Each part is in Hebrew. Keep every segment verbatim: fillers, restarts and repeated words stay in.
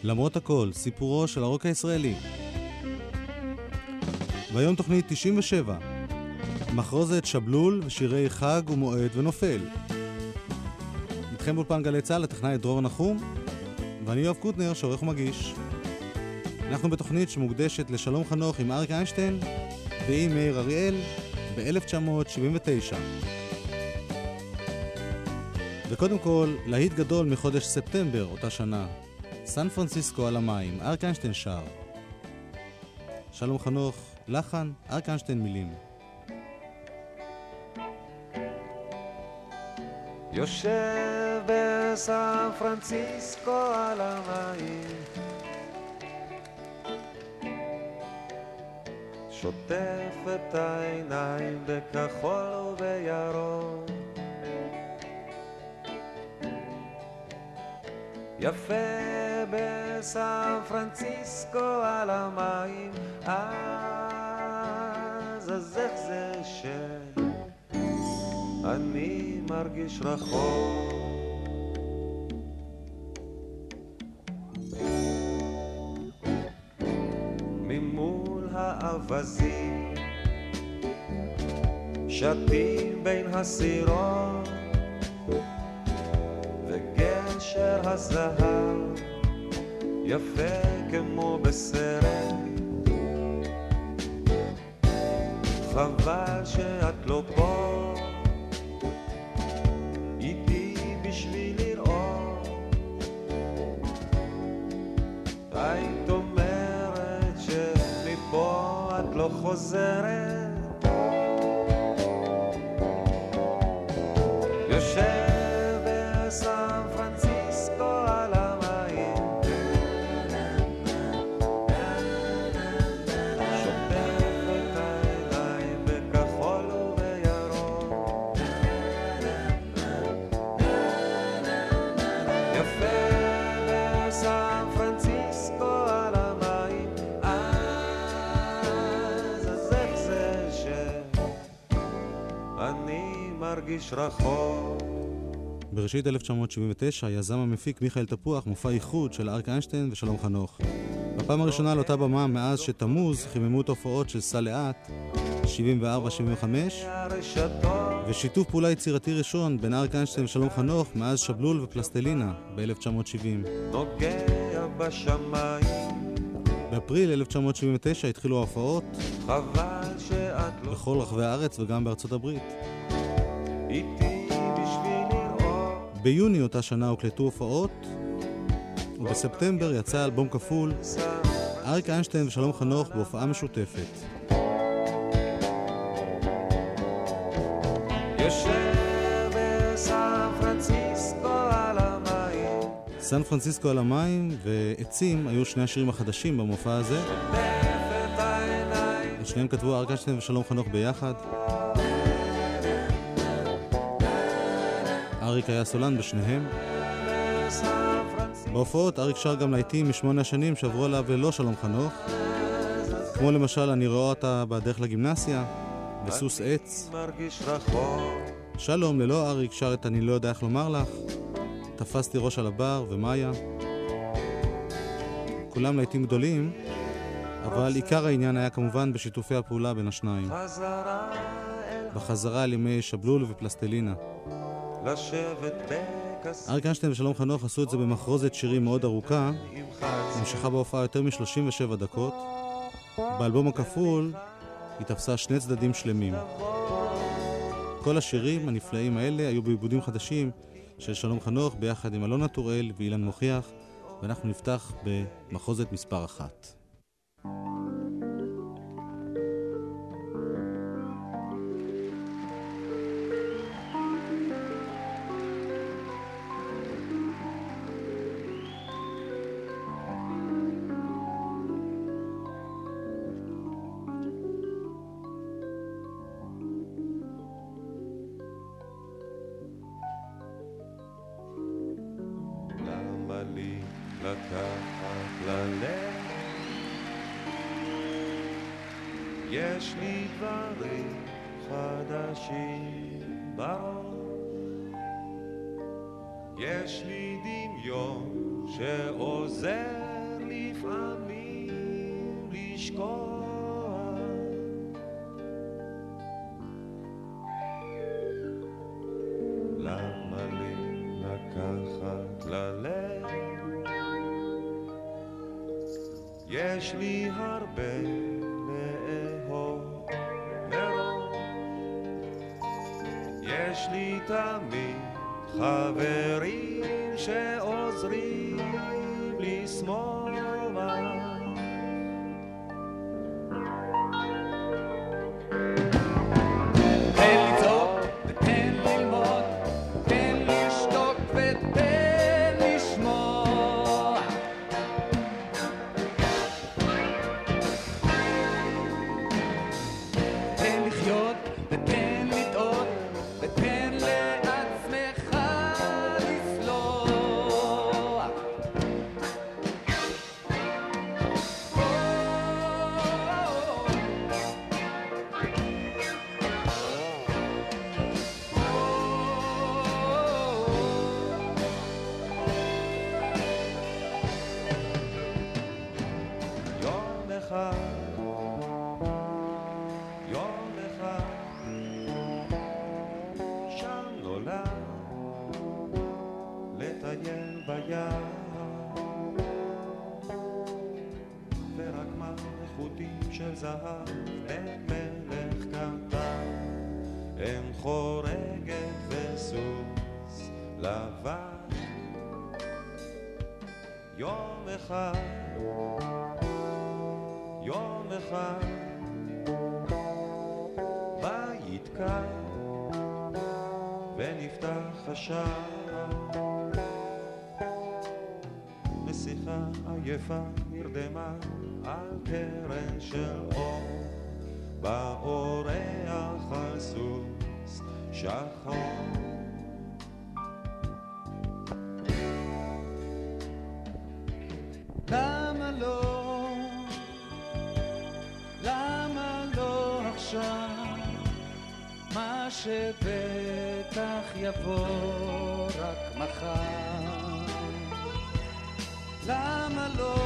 למרות הכל, סיפורו של הרוק הישראלי. והיום תוכנית תשעים ושבע, מחרוזת שבלול ושירי חג ומועד ונופל. איתכם באולפן גלי צה"ל, הטכנאי דרור נחום, ואני יואב קוטנר, שעורך ומגיש. אנחנו בתוכנית שמוקדשת לשלום חנוך עם אריק איינשטיין ועם מאיר אריאל ב-אלף תשע מאות שבעים ותשע. וקודם כל, להיט גדול מחודש ספטמבר אותה שנה, סן פרנסיסקו על המים, אריק איינשטיין שר. שלום חנוך, לחן, אריק איינשטיין מילים. יושב בסן פרנסיסקו על המים, שוטף את העיניים בכחול ובירוק, יפה בסן פרנסיסקו על המים, אז אז איך זה שאני מרגיש רחוק, ממול האבזים שתים בין הסירות וגשר הזהב יפה כמו בסרט, חבל שאת לא פה איתי בשביל לראות, היית אומרת שמפה את לא חוזרת, יושב בסן פרנסיסקו על המים, שוטף את העיניים בכחול ובירוק, יפה בסן פרנסיסקו על המים, אז אז איך זה שאני מרגיש רחוק. בראשית אלף תשע מאות שבעים ותשע יזם המפיק מיכאל תפוח מופע ייחוד של אריק איינשטיין ושלום חנוך. בפעם הראשונה על אותה במה מאז שתמוז חיממו את ההופעות של סע לאט שבעים וארבע שבעים וחמש, ושיתוף פעולה יצירתי ראשון בין אריק איינשטיין ושלום חנוך מאז שבלול ופלסטלינה ב-אלף תשע מאות שבעים. באפריל אלף תשע מאות שבעים ותשע התחילו ההופעות בכל רחבי הארץ וגם בארצות הברית. ביוני אותה שנה הוקלטו הופעות, ובספטמבר יצא אלבום כפול, אריק איינשטיין ושלום חנוך בהופעה משותפת. יושב בסן פרנסיסקו על המים, סן פרנסיסקו על המים ועצים היו שני השירים החדשים במופע הזה. את שניהם כתבו אריק איינשטיין ושלום חנוך ביחד. אריק היה סולן בשניהם. בהופעות אריק שר גם להיטים משמונה השנים שעברו עליו ללא שלום חנוך, כמו למשל אני רואה אותה בדרך לגימנסיה בסוס עץ. שלום ללא אריק שר את אני לא יודע איך לומר לך, תפסתי ראש על הבר ומאיה. כולם להיטים גדולים, אבל עיקר העניין היה כמובן בשיתופי הפעולה בין השניים, בחזרה על ימי שבלול ופלסטלינה. אריק איינשטיין ושלום חנוך עשו את זה במחרוזת שירים מאוד ארוכה, נמשכה בהופעה יותר מ-שלושים ושבע דקות. באלבום הכפול היא תפסה שני צדדים שלמים. כל השירים הנפלאים האלה היו בעיבודים חדשים של שלום חנוך ביחד עם אלונה טוראל ואילן מוכיח, ואנחנו נפתח במחרוזת מספר אחת. יש לי דברים חדשים בראש, יש לי דמיון שעוזר לפעמים לשכוח. למה לי לקחת ללב? יש לי הרבה לאהוב מראש, יש לי תמיד חברים שעוזרים לשמוח. תן לצעוק ותן ללמוד, תן לשתוק ותן לשמוע. תן לחיות ותן לטעות, ותן לעצמך לסלוח. יום אחד, יום אחד, שם נולד לטייל בים, ורק מלכותים של זהב במלך קטן, הם חורגת וסוס לבן. יום אחד, יום אחד, בית קר ונפתח השער, נסיכה עייפה נרדמה על קרן של אור, באורח הסוס שחור. למה לא, למה לא עכשיו, מה שבטח יבוא רק מחר. למה לא,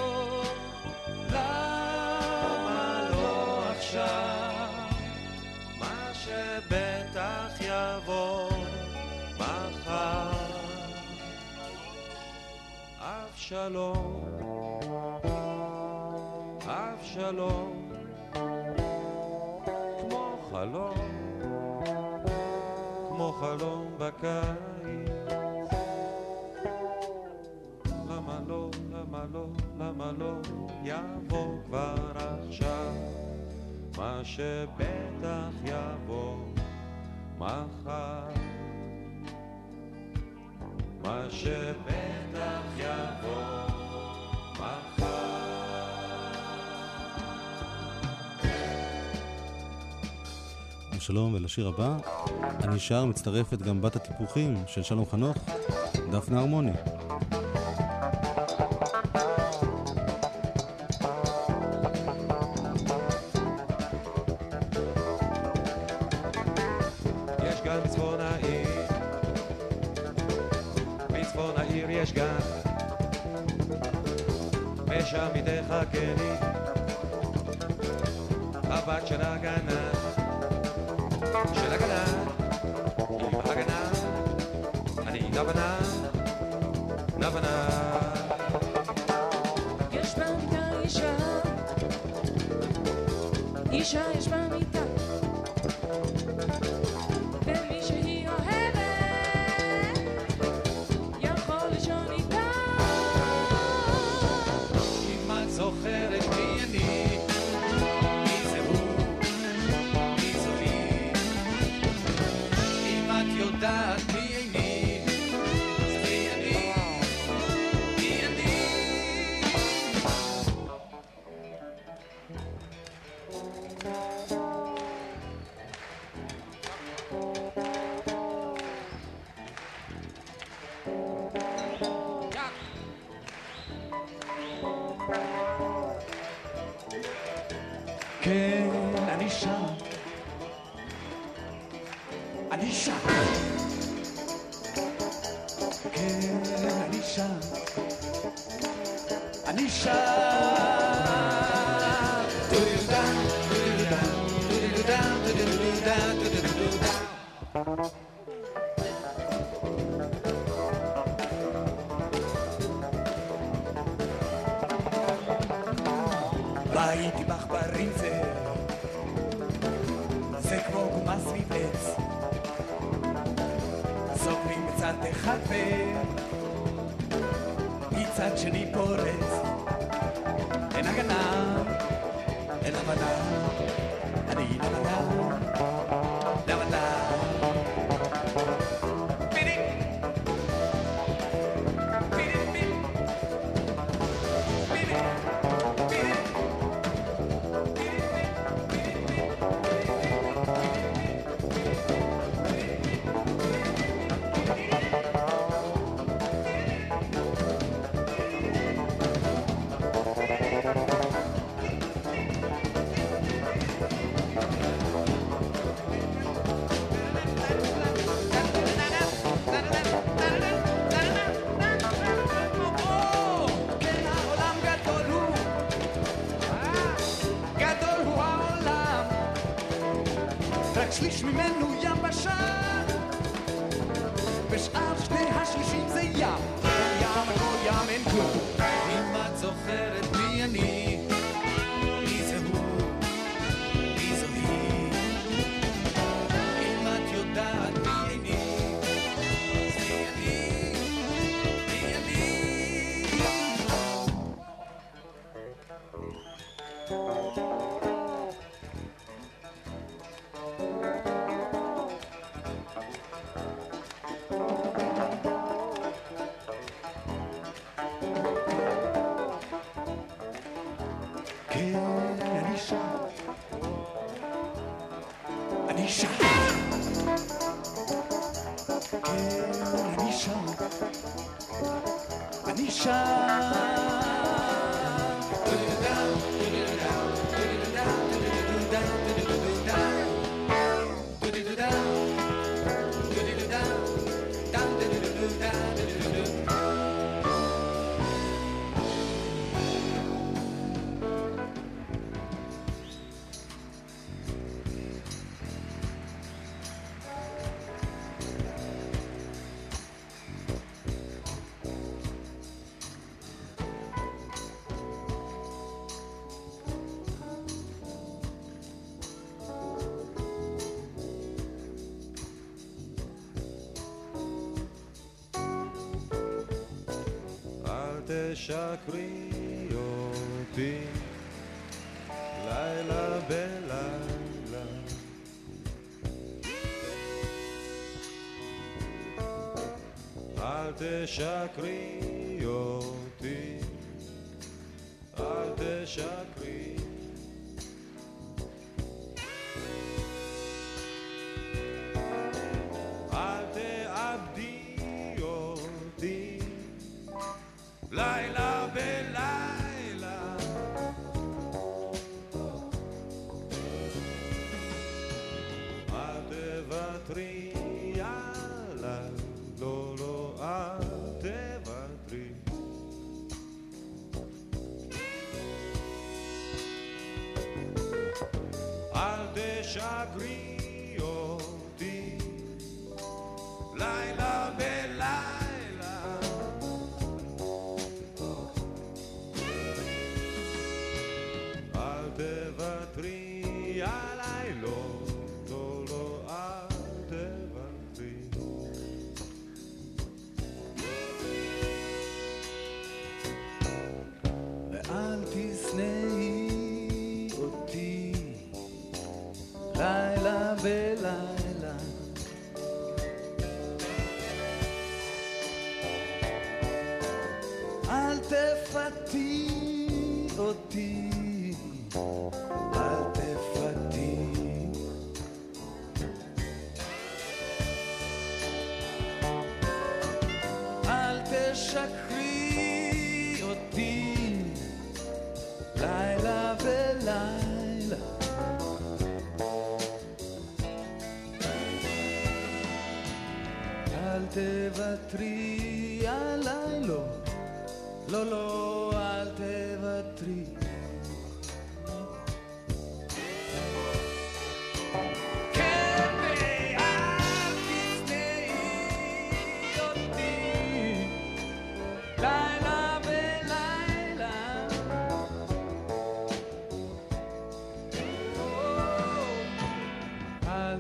למה לא עכשיו, מה שבטח יבוא מחר. אבשלום, אבשלום, כמו חלום, כמו חלום בקיץ. למה לא, למה לא, למה לא יבוא כבר עכשיו, מה שבטח יבוא מחר. מה שבטח יבוא מחר. שלום, ולשיר הבא אני שר מצטרפת גם בת הטיפוחים של שלום חנוך, דפנה הרמוני. יש גן בצפון העיר, בצפון העיר יש גן, ושם היא תחכה לי הבת של הגנה, של הגנה, עם הגנה, אני נבנה, נבנה. יש במיטה אישה, אישה יש במיטה, ומי שהיא אוהבת יכול לישון איתה. אם את זוכרת מי אני, מי זה הוא, מי זו היא, אם את יודעת מי איני, אז מי אני, מי אני. כן, אני שם, אני שם, כן, אני שם, אני down, do do do down, do do do down. והייתי בעכברים זה, זה כמו גומה סביב עץ, סוגרים מצד אחד ומצד שני פורץ, אין הגנה, אין הבנה, אני לבנה, לבנה. שליש ממנו יבשה, ושאר שני השלישים זה ים. ים, הכל ים, אין כלום. אם את זוכרת מי אני, מי זה הוא, מי זו היא. אם את יודעת מי אני, אז מי אני, מי אני. תשקרי אותי לילה בלילה, אל תשקרי אותי, אל תשקרי. אל תאבדי אותי לילה בלילה, אל תוותרי עליי, לא לא אל תוותרי. אל תשקרי אותי לילה בלילה, תוותרי עליי, לא, לא, לא, אל תוותרי. ואל תשנאי אותי לילה בלילה, אל תפתי אותי, אל תפתי. אל תשקרי אותי לילה ולילה, אל תוותרי עליי, לא, לא, לא, אל תוותרי.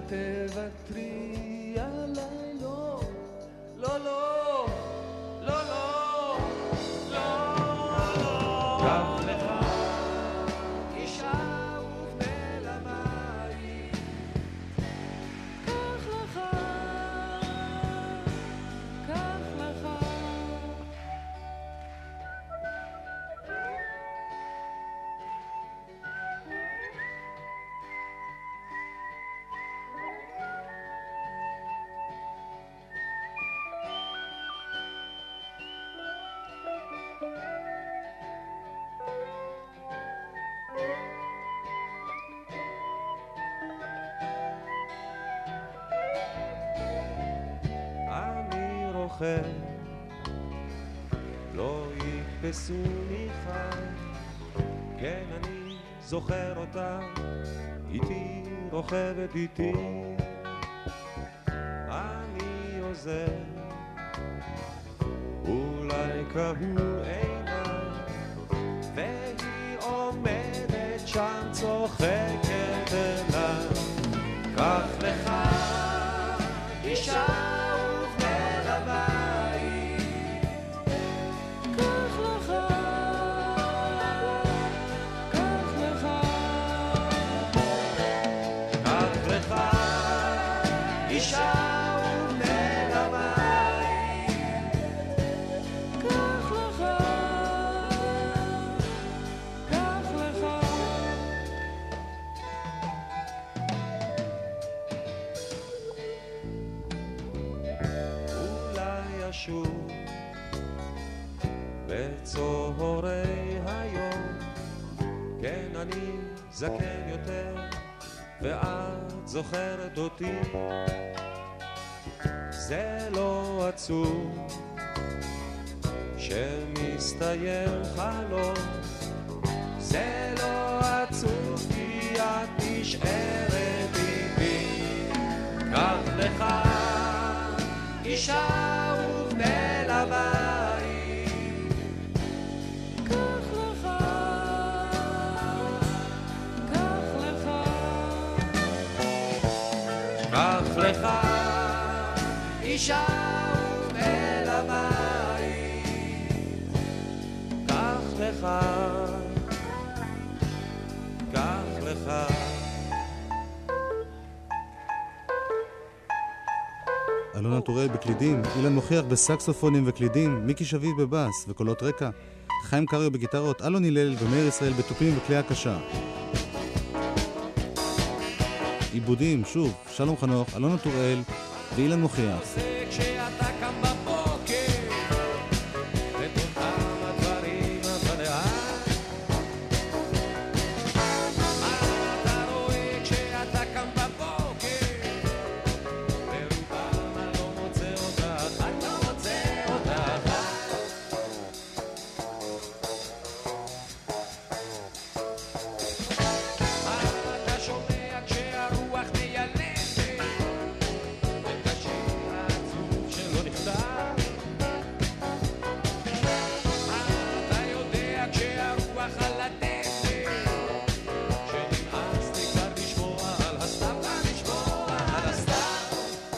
תוותרי עליי, לא, לא, לא, לא, לא, לא, לא. קח לך אישה ובנה לבית, קח לך, קח לך. אני רוכב, לא יקפסוני חי, כן אני זוכר אותה, איתי רוכבת איתי. אני עוזר, אולי קהו עיניי, והיא עומדת שם צוחקת אליי. קח לך אישה ובנה לבית, קח לך, קח לך. קח לך אישה ובנה לבית, קח לך, קח לך. אולי אשוב בצהרי היום, כן אני זקן יותר ואת זוכרת אותי. זה לא עצוב שמסתיים חלום, זה לא עצוב כי את נשארת איתי. קח לך אישה ובנה לבית, קח לך, קח לך. קח לך אישה ובנה לבית, קח לך, קח לך. אלונה טוראל בקלידים, אילן מוכיח בסקסופונים וקלידים, מיקי שביב בבאס וקולות רקע, חיים קריו בגיטרות, אלון הלל ומאיר ישראל בתופים וכלי הקשה. עיבודים, שוב, שלום חנוך, אלונה טוראל ואילן מוכיח. זה כשאתה קם בבוקר, את אותם הדברים אבל לאט. מה אתה רואה כשאתה קם בבוקר, ברובם אני לא מוצא אותך, אני לא מוצא אותך. מה אתה שומע כשהרוח מיילדת את השיר העצוב שלא נכתב? מה אתה יודע כשהרוח על הדשא, שנמאס לי כבר לשמוע על הסתיו, כבר לשמוע על הסתיו.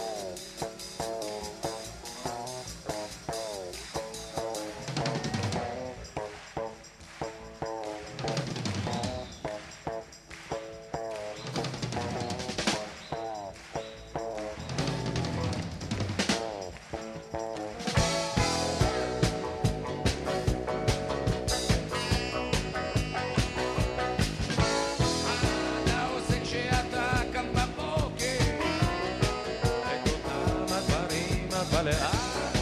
אתה עושה כשאתה קם בבוקר, את אותם הדברים אבל לאט.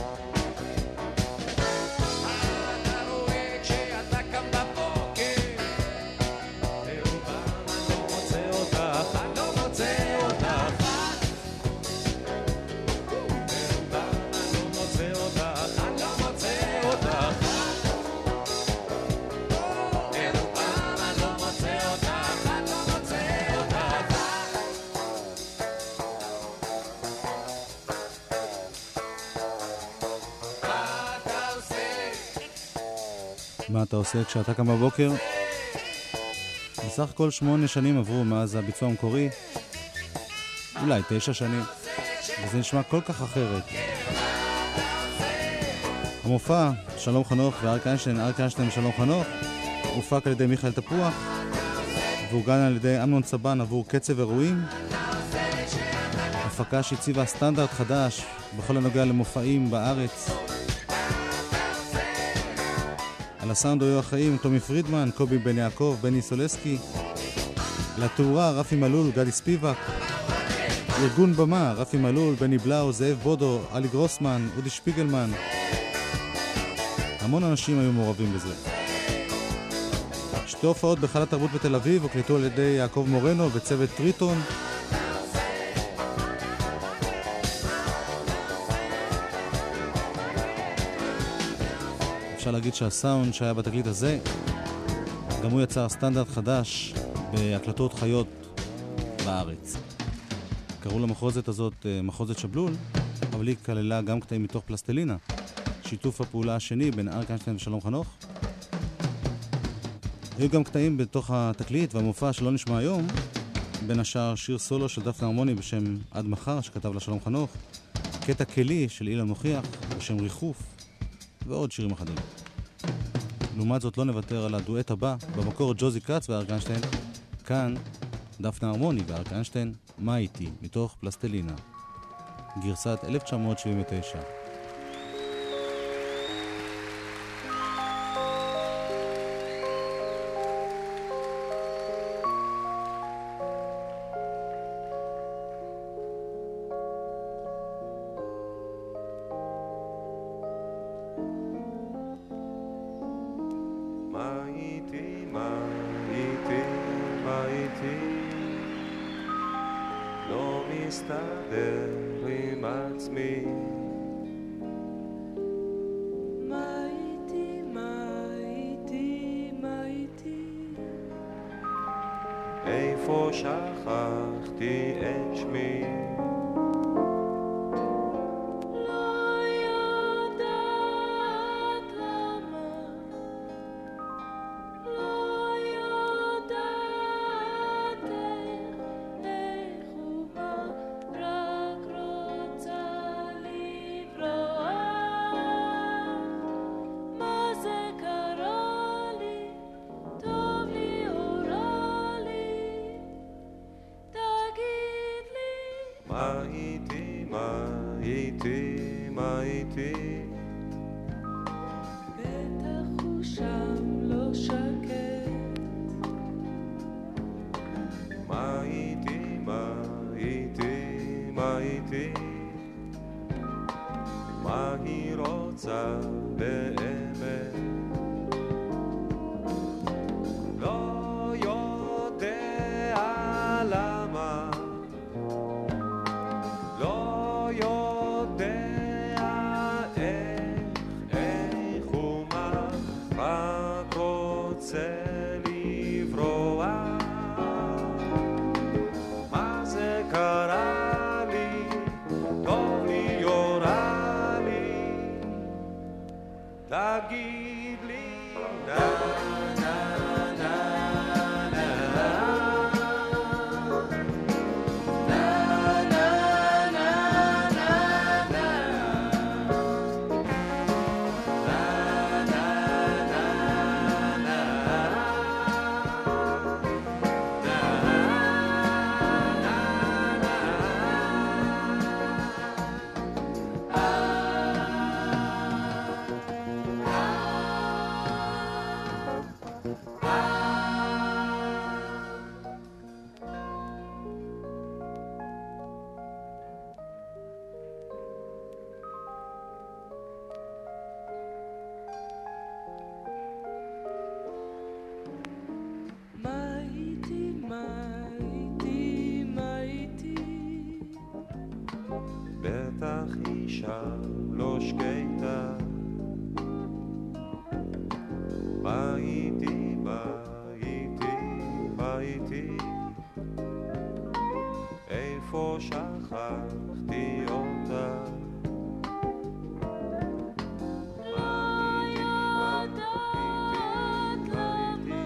אתה רואה כשאתה קם בבוקר, ברובם אני לא מוצא אותך, אני לא מוצא אותך. ברובם אני לא מוצא אותך, אני לא מוצא אותך. ברובם אני לא מוצא אותך, אני לא מוצא אותך. מה אתה עושה? מה אתה עושה כשאתה קם בבוקר? בסך הכל שמונה שנים עברו מאז הביצוע המקורי. אולי תשע שנים, וזה נשמע כל כך אחרת. המופע, שלום חנוך ואריק איינשטיין, אריק איינשטיין ושלום חנוך, הופק על ידי מיכאל תפוח, והוגן על ידי אמנון צבן עבור קצב אירועים. הפקה שהציבה סטנדרט חדש בכל הנוגע למופעים בארץ. על הסאונד היו החיים תומי פרידמן, קובי בן יעקב, בני סולסקי. לתאורה רפי מלול, גדי ספיבק. ארגון במה, רפי מלול, בני בלאו, זאב בודו, אלי גרוסמן, אודי שפיגלמן. המון אנשים היו מעורבים בזה. שתי הופעות בחלל התרבות בתל אביב הוקלטו על ידי יעקב מורנו וצוות טריטון. אפשר להגיד שהסאונד שהיה בתקליט הזה גם הוא יצר סטנדרט חדש בהקלטות חיות בארץ. קראו למחוזת הזאת מחוזת שבלול, אבל היא כללה גם קטעים מתוך פלסטלינה, שיתוף הפעולה השני בין אריק איינשטיין ושלום חנוך. היו גם קטעים בתוך התקליט והמופע שלא נשמע היום, בין השאר שיר סולו של דפנה הרמוני בשם עד מחר שכתב לה שלום חנוך, קטע כלי של אילן מוכיח בשם ריחוף, ועוד שירים אחדים. לעומת זאת לא נוותר על הדואט הבא, במקור ג'וזי קאץ ואריק איינשטיין, כאן דפנה הרמוני ואריק איינשטיין, מה איתי, מתוך פלסטלינה, גרסת אלף תשע מאות שבעים ותשע. איפה שכחתי את שמי לא יודעת למה, לא יודעת איך ומה, רק רוצה לברוח. מה זה קרה לי, טוב לי או רע לי, תגיד לי. מה איתי, מה איתי, מה איתי בטח הוא שם לא שקט, מה איתי, מה איתי, מה איתי מה היא רוצה באמת לא יודע למה לא יודע איך, איך ומה רק רוצה לברוח. מה זה קרה לי, טוב לי או רע לי, תגיד לי. נה נה נה נה מה איתי, מה איתי, מה איתי, בטח אישה לא שקטה. מה איתי, מה איתי, מה איתי איפה שכחתי אותה.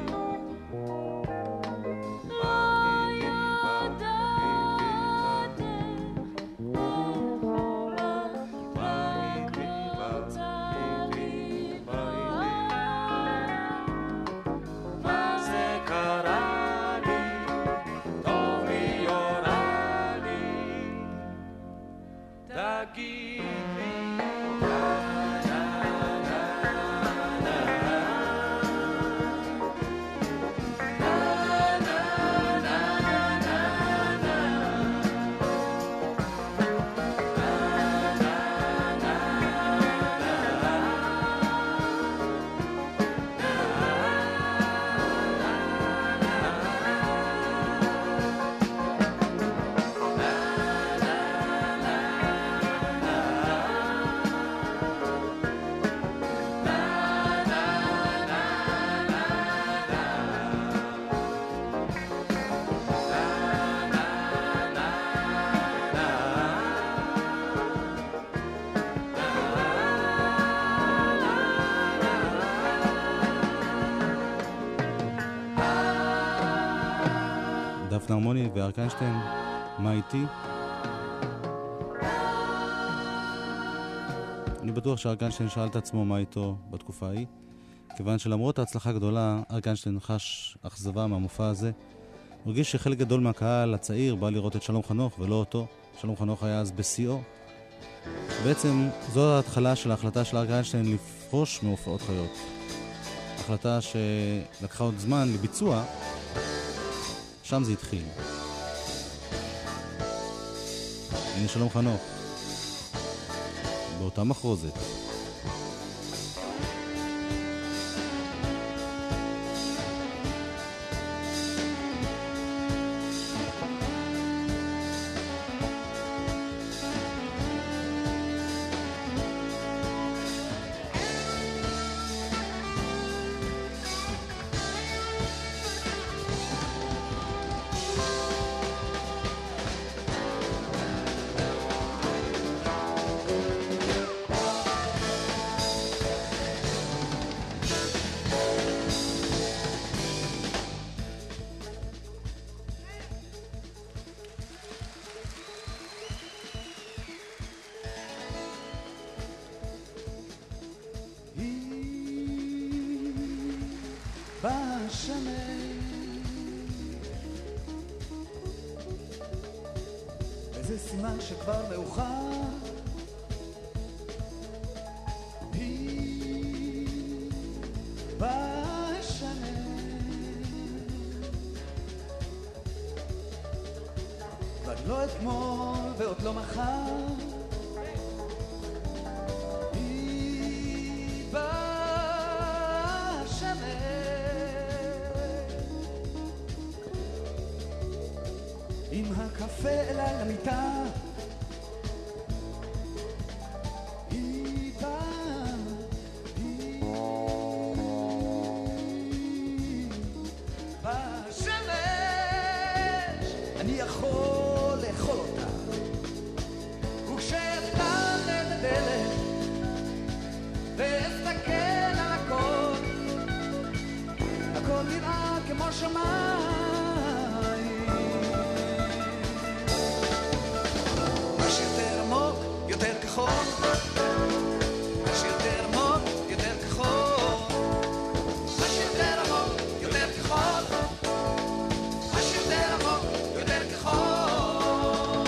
לא יודעת למה, לא יודעת הפילהרמוני ואריק איינשטיין, מה איתי? אני בטוח שאריק איינשטיין שאל את עצמו מה איתו בתקופה ההיא, כיוון שלמרות ההצלחה הגדולה, אריק איינשטיין חש אכזבה מהמופע הזה. הוא הרגיש שחלק גדול מהקהל הצעיר בא לראות את שלום חנוך ולא אותו. שלום חנוך היה אז בשיאו. בעצם זו ההתחלה של ההחלטה של אריק איינשטיין לפרוש מהופעות חיות. החלטה שלקחה עוד זמן לביצוע, שם זה התחיל. הנה שלום חנוך, באותה מחרוזת. וזה סימן שכבר מאוחר. היא בשנה ועד לא אתמול ועוד לא מחר. היא בשנה עם הקפה אליי למיטה. היא באה, היא בשמש, אני יכול לאכול אותה. וכשאפתח את הדלת ואסתכל על הכל, הכל נראה כמו שמיים. יותר כחול, מה שיותר עמוק, יותר כחול, מה שיותר עמוק, יותר כחול, מה שיותר עמוק, יותר כחול.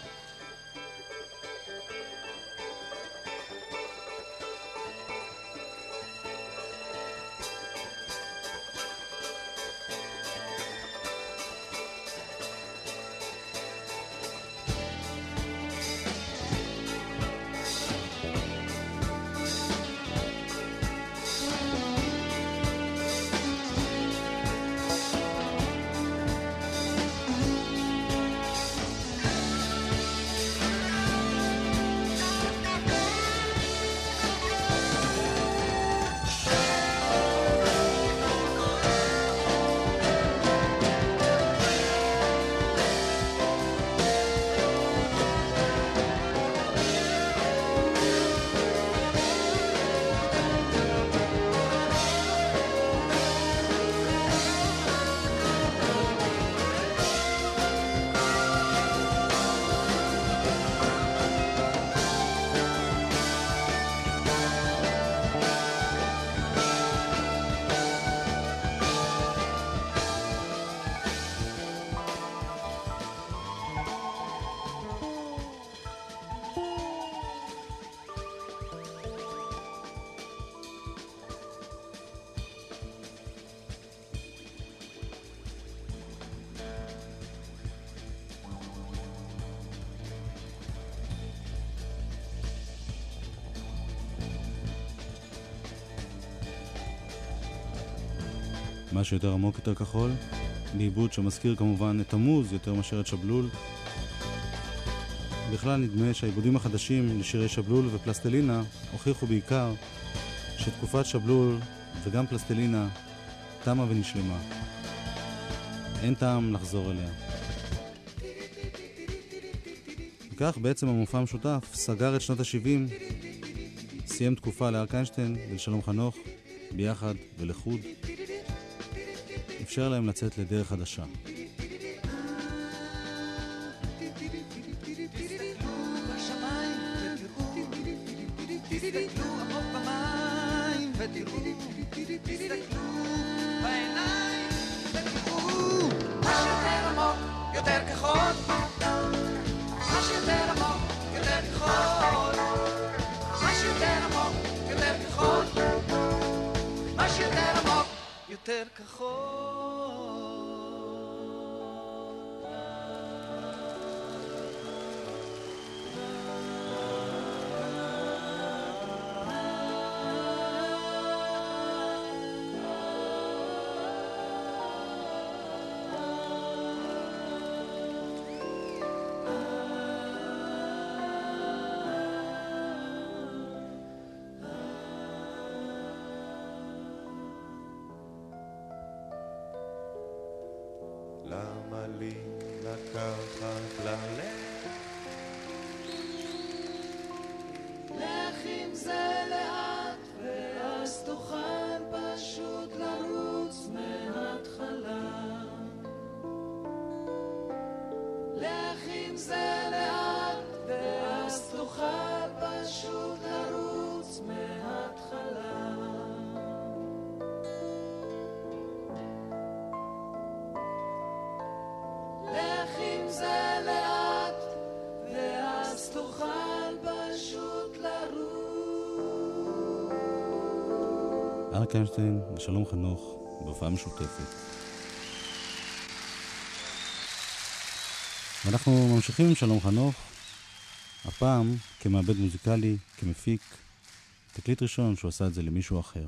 מה שיותר עמוק יותר כחול, בעיבוד שמזכיר כמובן את תמוז יותר מאשר את שבלול. בכלל נדמה שהעיבודים החדשים לשירי שבלול ופלסטלינה הוכיחו בעיקר שתקופת שבלול וגם פלסטלינה תמה ונשלמה. אין טעם לחזור אליה. וכך בעצם המופע המשותף סגר את שנות ה-שבעים, סיים תקופה לאריק איינשטיין ולשלום חנוך ביחד ולחוד, אפשר להם לצאת לדרך חדשה. תסתכלו עמוק במים ותראו, תסתכלו בעיניים ותראו. מה שיותר עמוק יותר כחול, מה שיותר עמוק יותר כחול, מה שיותר עמוק יותר כחול, מה שיותר עמוק יותר כחול. למה לי לקחת ללב? לך עם זה לאט ואז תוכל פשוט לרוץ מההתחלה. לך עם זה לאט ואז תוכל פשוט לרוץ מההתחלה. לך עם זה לאט ואז תוכל פשוט לרוץ. אריק איינשטיין ושלום חנוך בהופעה משותפת. ואנחנו ממשיכים עם שלום חנוך, הפעם כמעבד מוזיקלי, כמפיק, תקליט ראשון שהוא עשה את זה למישהו אחר.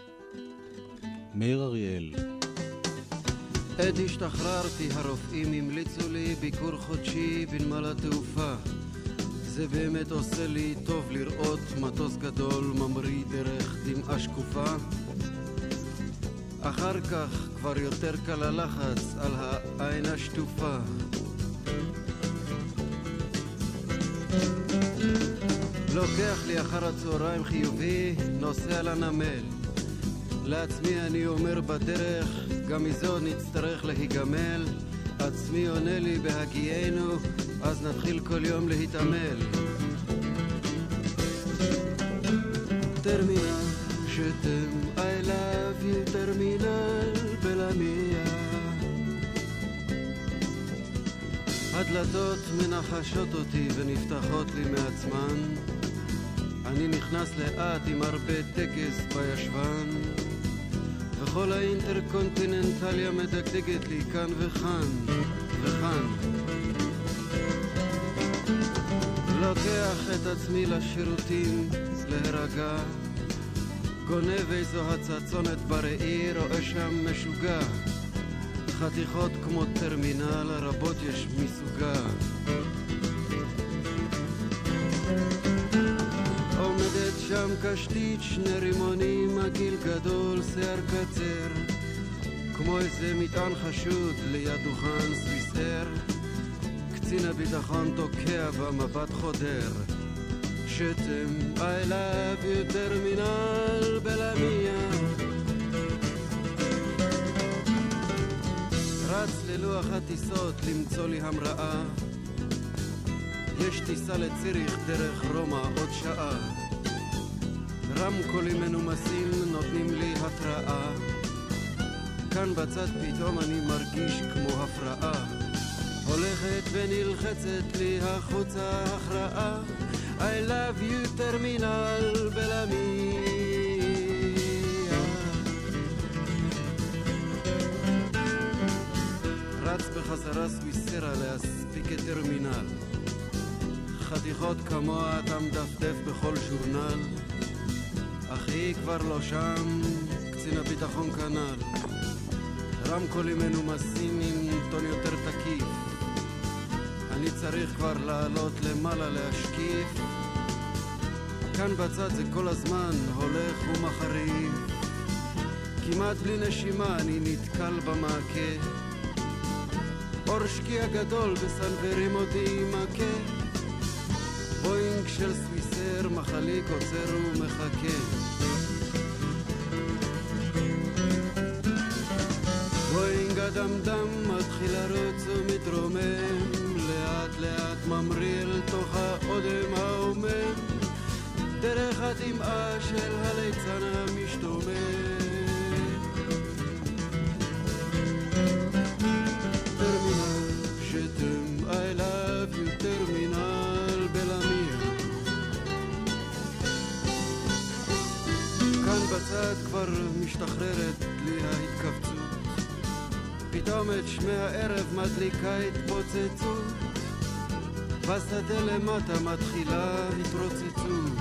מאיר אריאל. עת השתחררתי הרופאים המליצו לי ביקור חודשי בנמל התעופה. זה באמת עושה לי טוב לראות מטוס גדול ממריא דרך דמעה שקופה. אחר כך כבר יותר קל הלחץ על העין השטופה. לוקח לי אחר הצהריים חיובי, נוסע לנמל. לעצמי אני אומר בדרך, גם מזו נצטרך להיגמל. עצמי עונה לי בהגיינו, אז נתחיל כל יום להתעמל. טרמינל שתם, I love you טרמינל בלמיה. הדלתות מנחשות אותי ונפתחות לי מעצמן. אני נכנס לאט עם הרבה טקס בישבן, וכל האינטרקונטיננטליה מדגדגת לי כאן וכאן וכאן. לוקח את עצמי לשירותים להירגע, גונב איזו הצצונת בראי, רואה שם משוגע. חתיכות כמו טרמינל, רבות יש מסוגה. עומדת שם קשתית, שני רימונים, הגיל גדול, שיער קצר, כמו איזה מטען חשוד ליד דוכן סוויסר. קצין הביטחון תוקע במבט חודר. שתם, I love you טרמינל בלמיה. רץ ללוח הטיסות למצוא לי המראה. יש טיסה לציריך דרך רומא עוד שעה. רמקולים מנומסים נותנים לי התראה. כאן בצד פתאום אני מרגיש כמו הפרעה. הולכת ונלחצת לי החוצה הכרעה. I love you טרמינל בלמיה. רץ בחזרה סוויסרה להספיק את טרמינל. חתיכות כמוה אתה מדפדף בכל ז'ורנל. אחי כבר לא שם, קצין הביטחון כנל. רמקולים מנומסים עם טון יותר תקיף. אני צריך כבר לעלות למעלה להשקיף. כאן בצד זה כל הזמן הולך ומחריף. כמעט בלי נשימה אני נתקל במעקה. אור שקיע גדול בסנברים אותי מכה. בוינג של סוויסר מחליק עוצר ומחכה. בוינג הדמדם מתחיל לרוץ ומתרומם. לאט לאט ממריא אל תוך האודם העומם. דרך הדמעה היד כבר משתחררת לי ההתכווצות, פתאום את שמי הערב מדליקה התפוצצות, בשדה למטה מתחילה התרוצצות.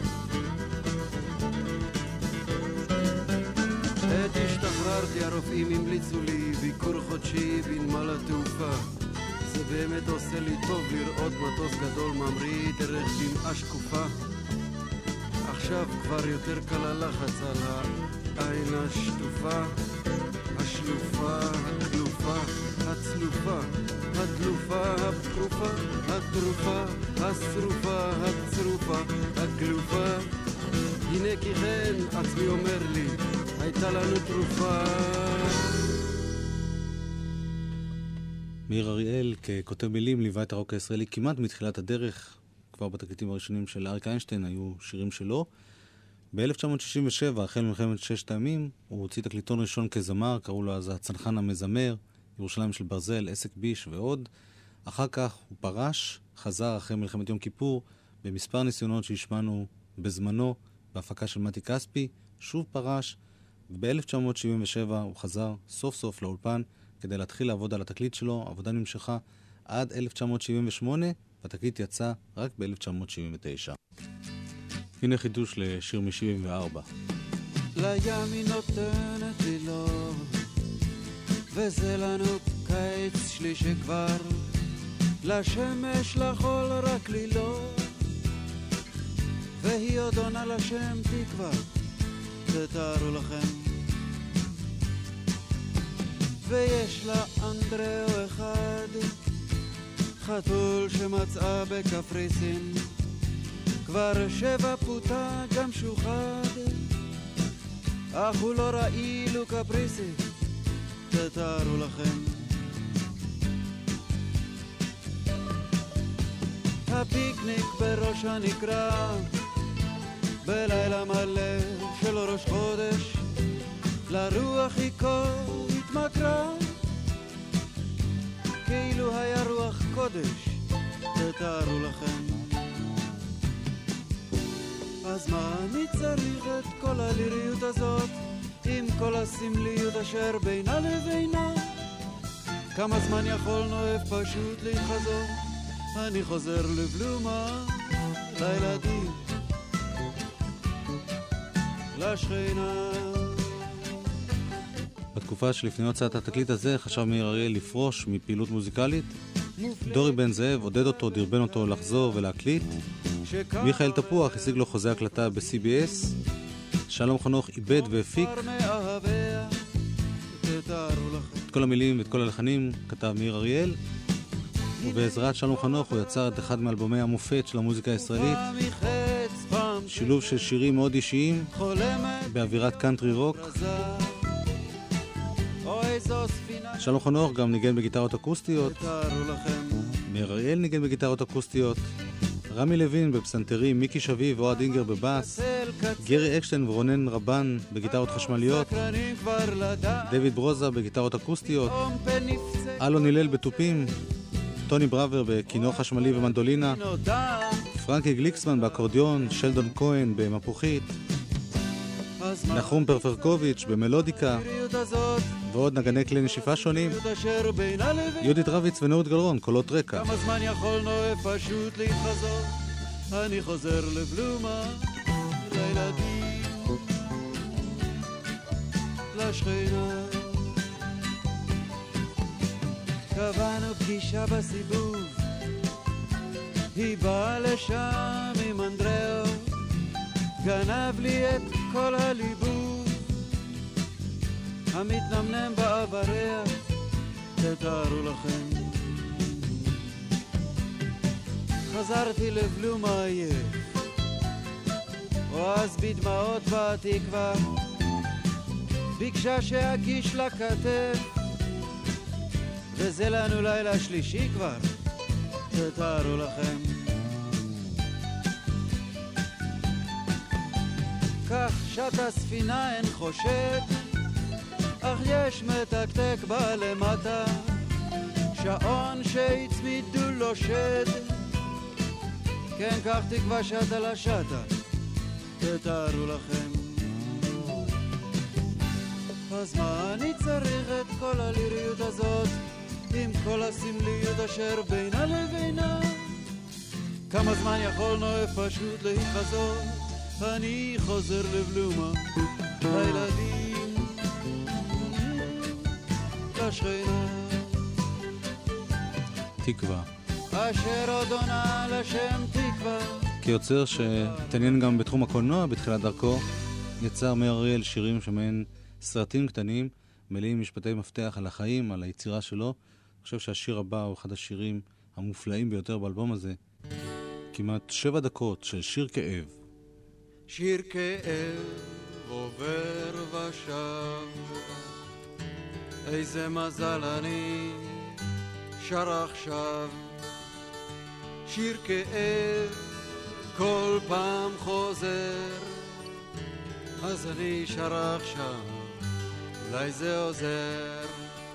עת השתחררתי הרופאים המליצו לי ביקור חודשי בנמל התעופה, זה באמת עושה לי טוב לראות מטוס גדול ממריא דרך דמעה שקופה. עכשיו כבר יותר קל הלחץ על העין השטופה, השלופה, הכלופה, הצלופה, התלופה, הפרופה, התרופה, השרופה, הצרופה, הכלופה. הנה כי כן עצמי אומר לי, הייתה לנו תרופה. מאיר אריאל ככותב מילים ליווה את הרוק הישראלי כמעט מתחילת הדרך. כבר בתקליטים הראשונים של אריק איינשטיין היו שירים שלו. ב-אלף תשע מאות שישים ושבע, החל מלחמת ששת הימים, הוא הוציא תקליטון ראשון כזמר, קראו לו אז הצנחן המזמר, ירושלים של ברזל, עסק ביש ועוד. אחר כך הוא פרש, חזר אחרי מלחמת יום כיפור, במספר ניסיונות שהשמענו בזמנו, בהפקה של מתי כספי, שוב פרש, וב-אלף תשע מאות שבעים ושבע הוא חזר סוף סוף לאולפן, כדי להתחיל לעבוד על התקליט שלו. העבודה נמשכה עד אלף תשע מאות שבעים ושמונה, והתקליט יצא רק ב-אלף תשע מאות שבעים ותשע. הנה חידוש לשיר מ-שבעים וארבע. לים היא נותנת לי לא, וזה לנו קיץ שלישי כבר, לשמש לחול רק לי לא, והיא עוד עונה לשם תקווה, תתארו לכם. ויש לה אנדריאו אחד, חתול שמצאה בקפריסין, כבר שבע פוטה גם שוחד, אך הוא לא ראילו קפריסי, תתארו לכם. הפיקניק בראש הנקרה, בלילה מלא של ראש חודש, לרוח היא כה התמכרה, כאילו היה רוח קודש, תתארו לכם. אז מה אני צריך את כל הליריות הזאת, עם כל הסמליות אשר בינה לבינה? כמה זמן יכולנו אוהב פשוט להתחזור? אני חוזר לבלומה, לילדים, לשכינה. בתקופה שלפני הוצאת התקליט הזה חשב מאיר אריאל לפרוש מפעילות מוזיקלית. דורי בן זאב עודד אותו, דרבן אותו לחזור ולהקליט. מיכאל תפוח השיג לו חוזה הקלטה ב-סי בי אס. שלום חנוך איבד והפיק. את כל המילים ואת כל הלחנים כתב מאיר אריאל, ובעזרת שלום חנוך הוא יצר את אחד מאלבומי המופת של המוזיקה הישראלית, שילוב של שירים מאוד אישיים באווירת קאנטרי רוק. שלום חנוך גם ניגן בגיטרות אקוסטיות, מאיר אריאל ניגן בגיטרות אקוסטיות, רמי לוין בפסנתרים, מיקי שביב ואוהד אינגר בבאס, גרי אקשטיין ורונן רבן בגיטרות חשמליות, דויד ברוזה בגיטרות אקוסטיות, אלון הלל בטופים, טוני בראבר בכינור חשמלי ומנדולינה, פרנקי גליקסמן באקורדיון, שלדון כהן במפוחית, נחום פרפרקוביץ' במלודיקה, ועוד נגני כלי נשיפה שונים, יהודית רביץ ונורית גלרון, קולות רקע. כמה זמן יכולנו פשוט להתחזור, אני חוזר לבלומה, לילדים, לשכינה. קבענו פגישה בסיבוב, היא באה לשם עם אנדריאו, גנב לי את כל הליבוב, המתנמנם בעבריה, תתארו לכם. חזרתי לבלומה עייף, או אז בדמעות בתקווה, ביקשה שאגיש לה כתף, וזה לנו לילה שלישי כבר, תתארו לכם. כך שט הספינה אין חושק, אך יש מתקתק בה למטה, שעון שהצמידו לו שד, כן כך תקווה שט על השטה, תתארו לכם. אז מה אני צריך את כל הליריות הזאת עם כל הסמליות אשר בינה לבינה? כמה זמן יכולנו פשוט להתחזות? אני חוזר לבלומה, לילדים, לשכנה. תקווה. אשר עוד עונה לשם תקווה. כיוצר שהתעניין גם בתחום הקולנוע בתחילת דרכו, יצר מאיר אריאל שירים שמעין סרטים קטנים, מלאים משפטי מפתח על החיים, על היצירה שלו. אני חושב שהשיר הבא הוא אחד השירים המופלאים ביותר באלבום הזה. כמעט שבע דקות של שיר כאב. שיר כאב עובר ושב, איזה מזל אני שר עכשיו. שיר כאב כל פעם חוזר, אז אני שר עכשיו, אולי זה עוזר.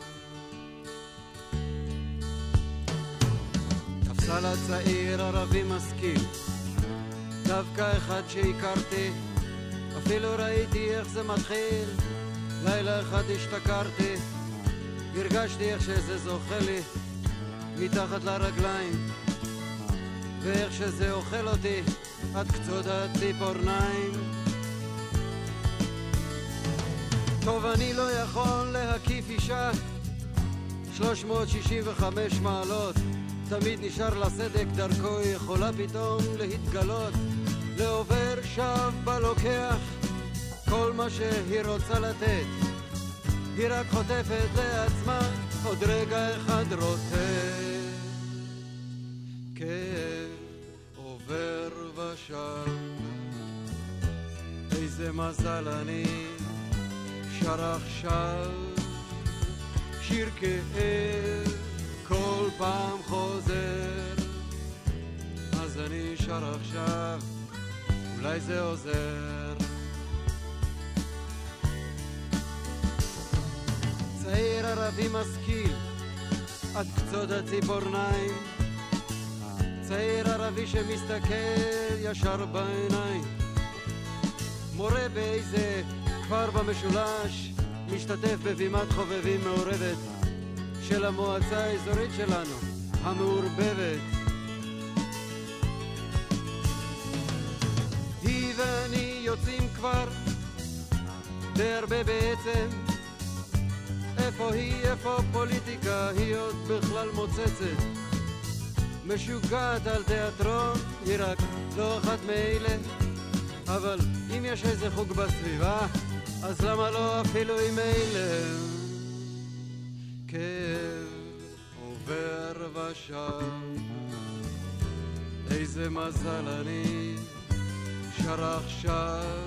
תפסה לצעיר ערבי משכיל, דווקא אחד שהכרתי, אפילו ראיתי איך זה מתחיל. לילה אחד השתכרתי, הרגשתי איך שזה זוכה לי מתחת לרגליים, ואיך שזה אוכל אותי עד קצות הציפורניים. טוב, אני לא יכול להקיף אישה שלוש מאות שישים וחמש מעלות, תמיד נשאר לסדק דרכו, יכולה פתאום להתגלות. לעובר שב בלוקח כל מה שהיא רוצה לתת, היא רק חוטפת לעצמה עוד רגע אחד רוטט. כאב עובר ושב, איזה מזל אני שר עכשיו. שיר כאב כל פעם חוזר, אז אני שר עכשיו, אולי זה עוזר. צעיר ערבי משכיל עד קצות הציפורניים, צעיר ערבי שמסתכל ישר בעיניים, מורה באיזה כפר במשולש, משתתף בבימת חובבים מעורבת של המועצה האזורית שלנו, המעורבבת. היא ואני יוצאים כבר די הרבה בעצם, איפה היא, איפה פוליטיקה, היא עוד בכלל מוצצת. משוגעת על תיאטרון, היא רק לא אחת מאלה, אבל אם יש איזה חוג בסביבה, אז למה לא אפילו עם אלה? כאב עובר ושב, איזה מזל אני שר עכשיו.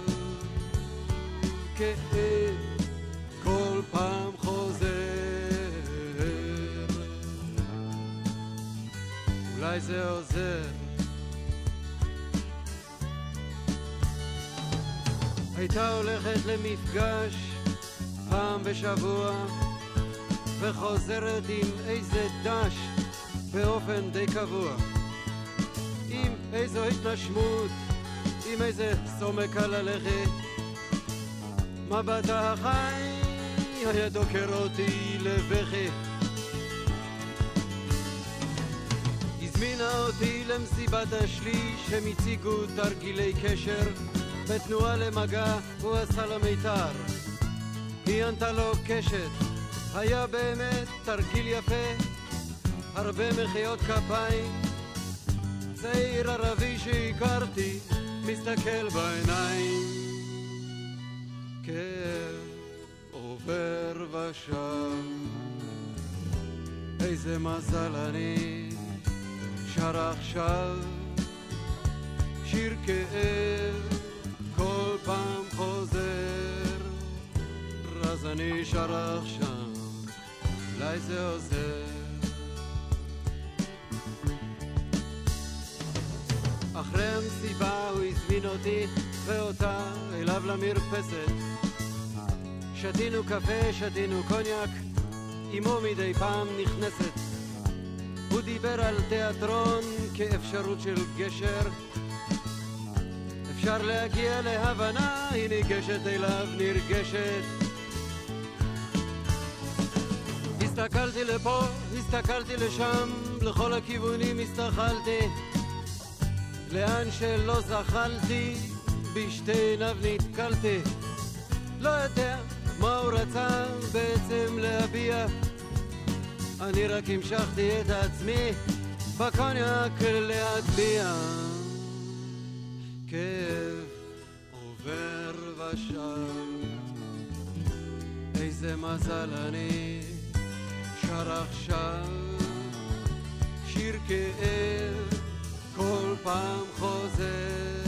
כאב כל פעם חוזר, אולי זה עוזר. הייתה הולכת למפגש פעם בשבוע, וחוזרת עם איזה דש באופן די קבוע, עם איזו התנשמות, עם איזה סומק על הלכת. מבט החי היה דוקר אותי לבכי, הזמינה אותי למסיבת השליש, הם הציגו תרגילי קשר בתנועה למגע, הוא עשה לה מיתר, היא ענתה לו קשת. היה באמת תרגיל יפה, הרבה מחיאות כפיים, צעיר ערבי שהכרתי מסתכל בעיניים. כאב עובר ושב, איזה מזל אני שר עכשיו. שיר כאב כל פעם חוזר, אז אני שר עכשיו, אולי זה עוזר. אחרי המסיבה הוא הזמין אותי ואותה אליו למרפסת, שתינו קפה, שתינו קוניאק, אמו מדי פעם נכנסת. הוא דיבר על תיאטרון כאפשרות של גשר, אפשר להגיע להבנה, היא ניגשת אליו נרגשת. הסתכלתי לפה, הסתכלתי לשם, לכל הכיוונים הסתכלתי, לאן שלא זחלתי, בשתי עיניו נתקלתי. לא יודע מה הוא רצה בעצם להביע, אני רק המשכתי את עצמי בקוניאק להטביע. כאב עובר ושב, איזה מזל אני שר עכשיו שיר כאב כל פעם חוזר.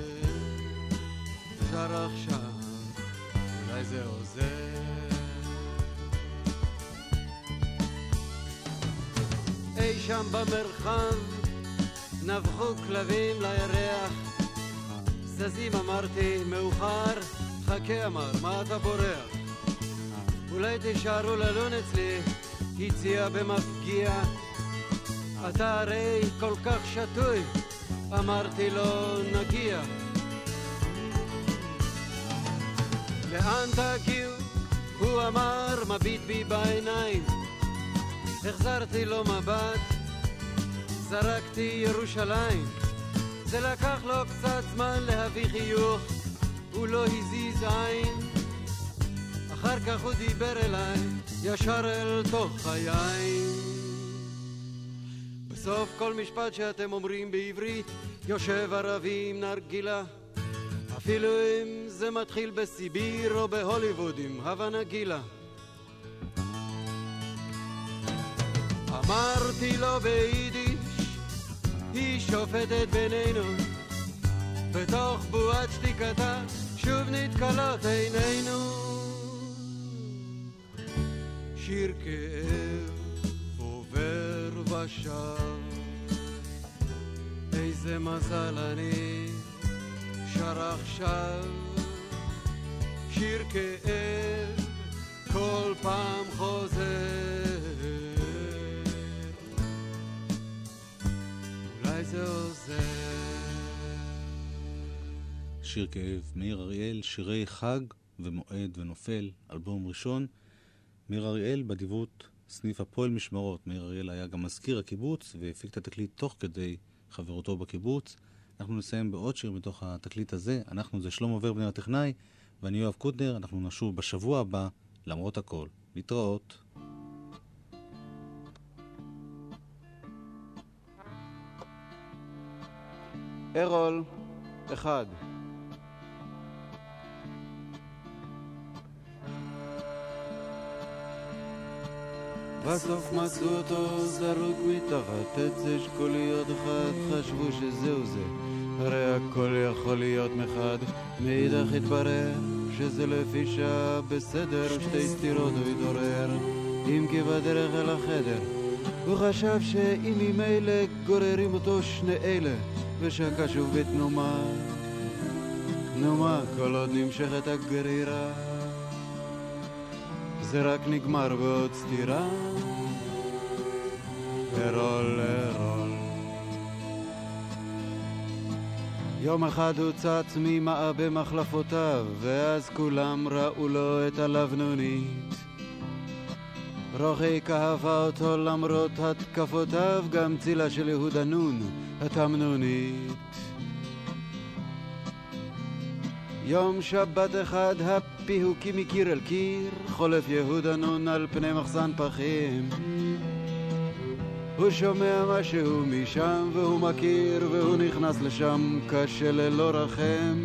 שר עכשיו, אולי זה עוזר. אי שם במרחב נבחו כלבים לירח, זזים אמרתי מאוחר, חכה אמר מה אתה בורח, אולי תישארו ללון אצלי, הציע במפגיע, אתה הרי כל כך שטוי, אמרתי לו נגיע. לאן תגיעו? הוא אמר מביט בי בעיניים, החזרתי לו מבט, זרקתי ירושלים. זה לקח לו קצת זמן להביא חיוך, הוא לא הזיז עין, אחר כך הוא דיבר אליי ישר אל תוך היין. בסוף כל משפט שאתם אומרים בעברית יושב ערבי עם נרגילה, אפילו אם זה מתחיל בסיביר או בהוליווד עם הווה נגילה. אמרתי לו ביידיש, היא שופטת בינינו, בתוך בועת שתיקתה שוב נתקלות עינינו. שיר כאב עובר ושב, איזה מזל אני שר עכשיו שיר כאב כל פעם חוזר. אולי זה עוזר. שיר כאב, מאיר אריאל, שירי חג ומועד ונופל, אלבום ראשון. מאיר אריאל בדיוות סניף הפועל משמרות. מאיר אריאל היה גם מזכיר הקיבוץ והפיק את התקליט תוך כדי חברותו בקיבוץ. אנחנו נסיים בעוד שיר מתוך התקליט הזה. אנחנו זה שלום עובר בני הטכנאי ואני יואב קוטנר. אנחנו נשוב בשבוע הבא למרות הכל. להתראות. ארול אחד. בסוף מצאו אותו זרוק מתחת עץ אשכוליות אחד, חשבו שזהו זה, הרי הכל יכול להיות מחד. מאידך התברר שזה לפי שעה בסדר, שתי סתירות הוא התעורר, אם כי בדרך אל החדר הוא חשב שאם ממילא גוררים אותו שני אלה, ושקע שוב בתנומה, תנומה כל עוד נמשכת הגרירה, זה רק נגמר בעוד סתירה. ארול ארול. יום אחד הוא צץ ממאה במחלפותיו, ואז כולם ראו לו את הלבנונית. רוחי אהבה אותו למרות התקפותיו, גם צילה של יהודה נון התמנונית. יום שבת אחד הפיהוקים מקיר אל קיר, חולף יהודה נון על פני מחסן פחים. הוא שומע משהו משם והוא מכיר, והוא נכנס לשם קשה ללא רחם.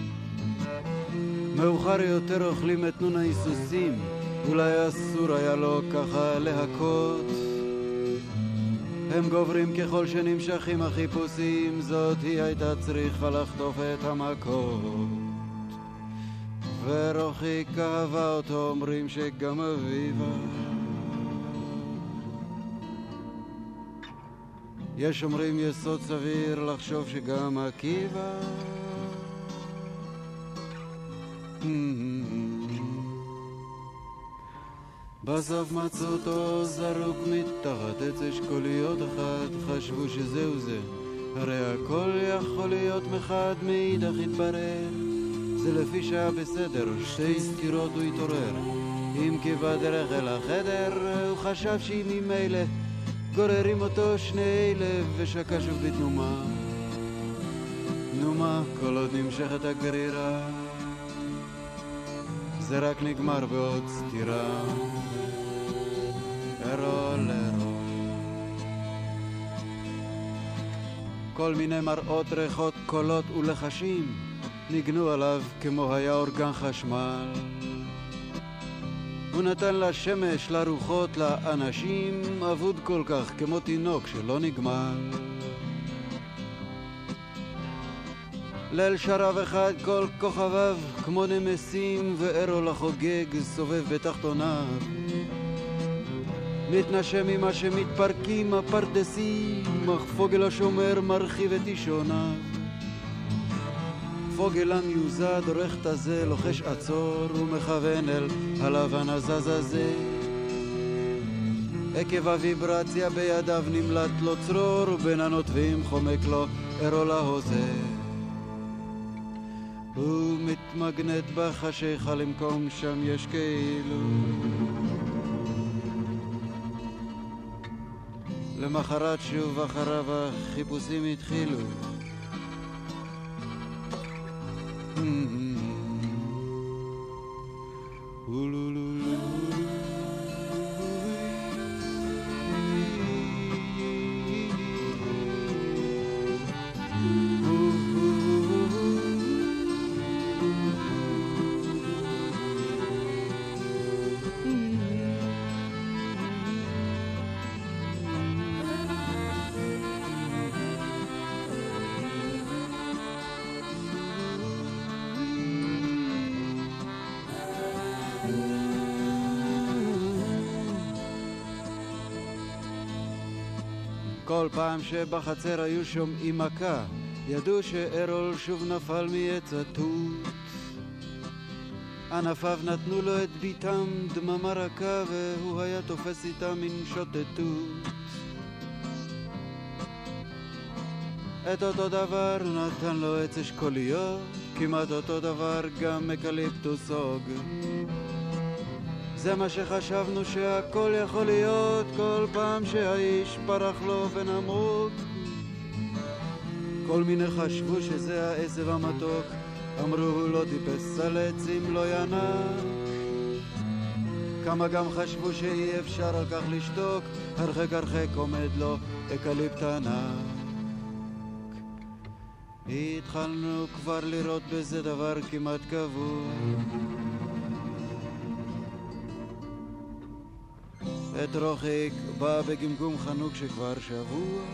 מאוחר יותר אוכלים את נון ההיסוסים, אולי אסור היה לו ככה להכות. הם גוברים ככל שנמשכים החיפושים, זאת היא הייתה צריכה לחטוף את המכות. ורוחי כאבה אותו, אומרים שגם אביבה. יש אומרים יסוד סביר לחשוב שגם עקיבא. בסוף מצאו אותו זרוק מתחת עץ אשכוליות אחד, חשבו שזהו זה, הרי הכל יכול להיות מחד. מאידך התברר זה לפי שעה בסדר, שתי סתירות הוא התעורר, אם כי בדרך אל החדר הוא חשב שאם ממילא גוררים אותו שני אלה ושקע שוב בתנומה. תנומה כל עוד נמשכת הגרירה, זה רק נגמר בעוד סתירה. ארול ארול, כל מיני מראות, ריחות, קולות ולחשים ניגנו עליו כמו היה אורגן חשמל. הוא נתן לשמש, לרוחות, לאנשים, אבוד כל כך כמו תינוק שלא נגמר. ליל שרב אחד כל כוכביו כמו נמסים, וארול החוגג סובב בתחתוניו, מתנשם ממה שמתפרקים הפרדסים, אך פוגל השומר מרחיב את אישוניו. פוגל המיוזד עורך את הזה, לוחש עצור ומכוון אל הלבן הזז הזה. עקב הוויברציה בידיו נמלט לו צרור, ובין הנוטבים חומק לו ארול ההוזה. הוא מתמגנט בחשיכה למקום שם יש כאילו. למחרת שוב אחריו החיפושים התחילו. כל פעם שבחצר היו שומעים מכה, ידעו שארול שוב נפל מעץ התות. ענפיו נתנו לו את ביתם דממה רכה, והוא היה תופס איתם מן שוטטות. את אותו דבר נתן לו עץ אשכוליות, כמעט אותו דבר גם אקליפטוס הוג. זה מה שחשבנו שהכל יכול להיות, כל פעם שהאיש פרח לו ונמרוד. כל מיני חשבו שזה העשב המתוק, אמרו הוא לא טיפס על עצים לא ינק. כמה גם חשבו שאי אפשר על כך לשתוק, הרחק הרחק עומד לו אקליפט ענק. התחלנו כבר לראות בזה דבר כמעט קבוע, את רוחק בא בגמגום חנוק שכבר שבוע.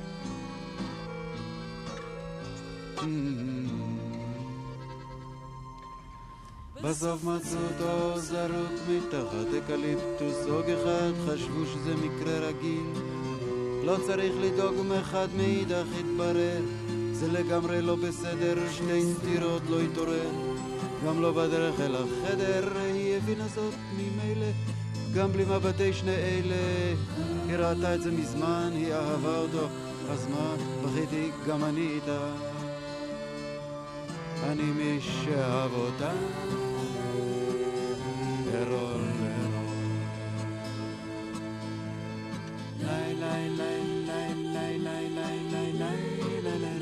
בסוף מצאו אותו זרוק מתחת אקליפטוס הוג אחד, חשבו שזה מקרה רגיל, לא צריך לדאוג מחד מאידך התברר, זה לגמרי לא בסדר, שתי סתירות לא התעורר, גם לא בדרך אל החדר, היא הבינה זאת ממילא, גם בלי מבטי שני אלה, היא ראתה את זה מזמן, היא אהבה אותו, אז מה, בכיתי גם אני איתה, אני מי שאהב אותה, ארול ארול. לי לי לי לי לי לי לי לי לי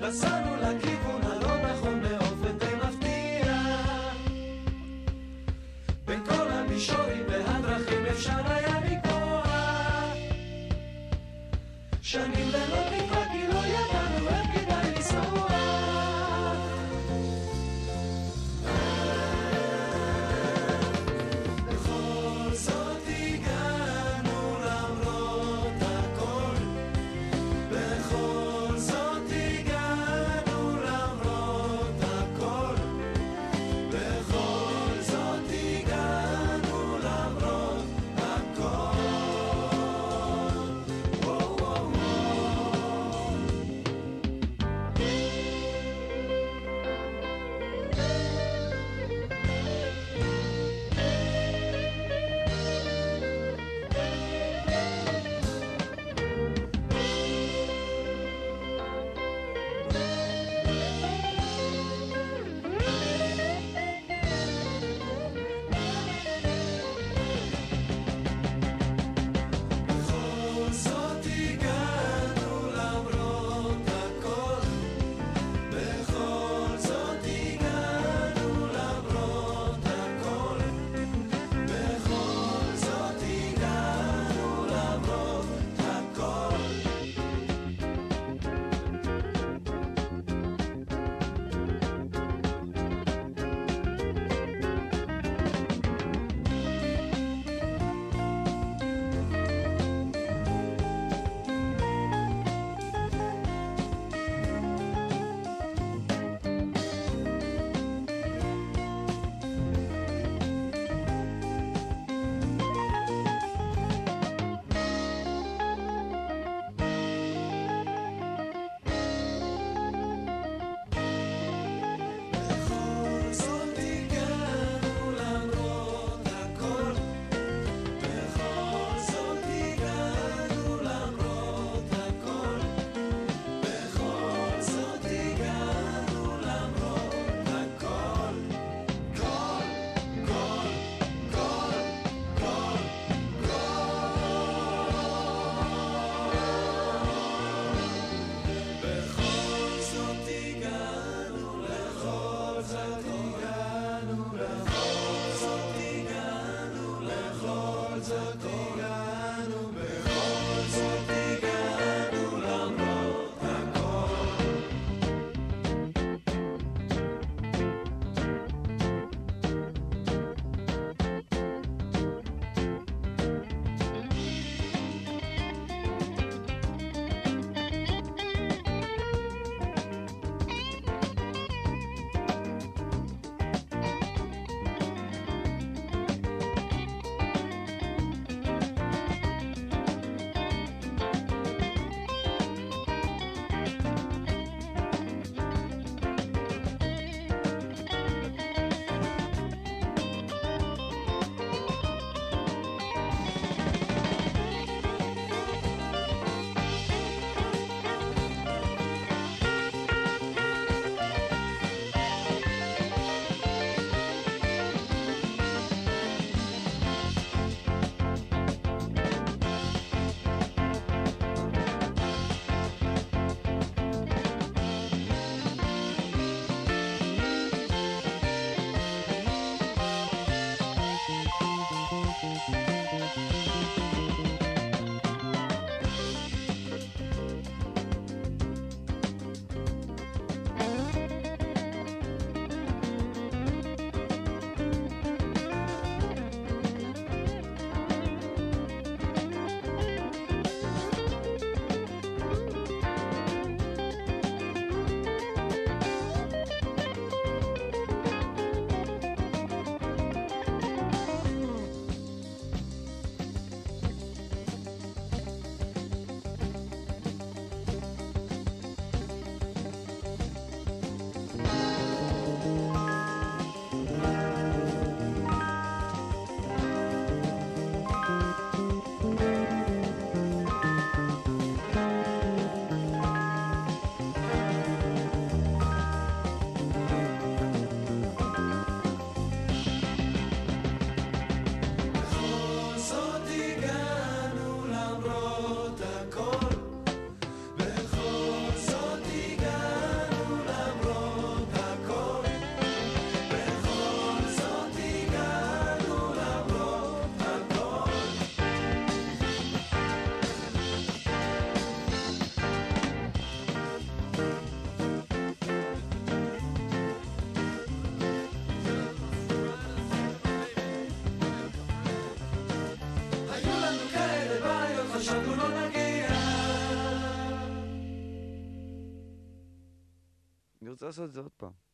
נסענו לכיוון הלא נכון באופן די מפתיע. בין כל המישורים והדרכים אפשר היה לקבוע שנים ללא תקווה כי לא ידענו איך כדאי לנסוע. בכל זאת הגענו למרות הכל, בכל זאת הגענו אני רוצה לעשות את זה עוד פעם.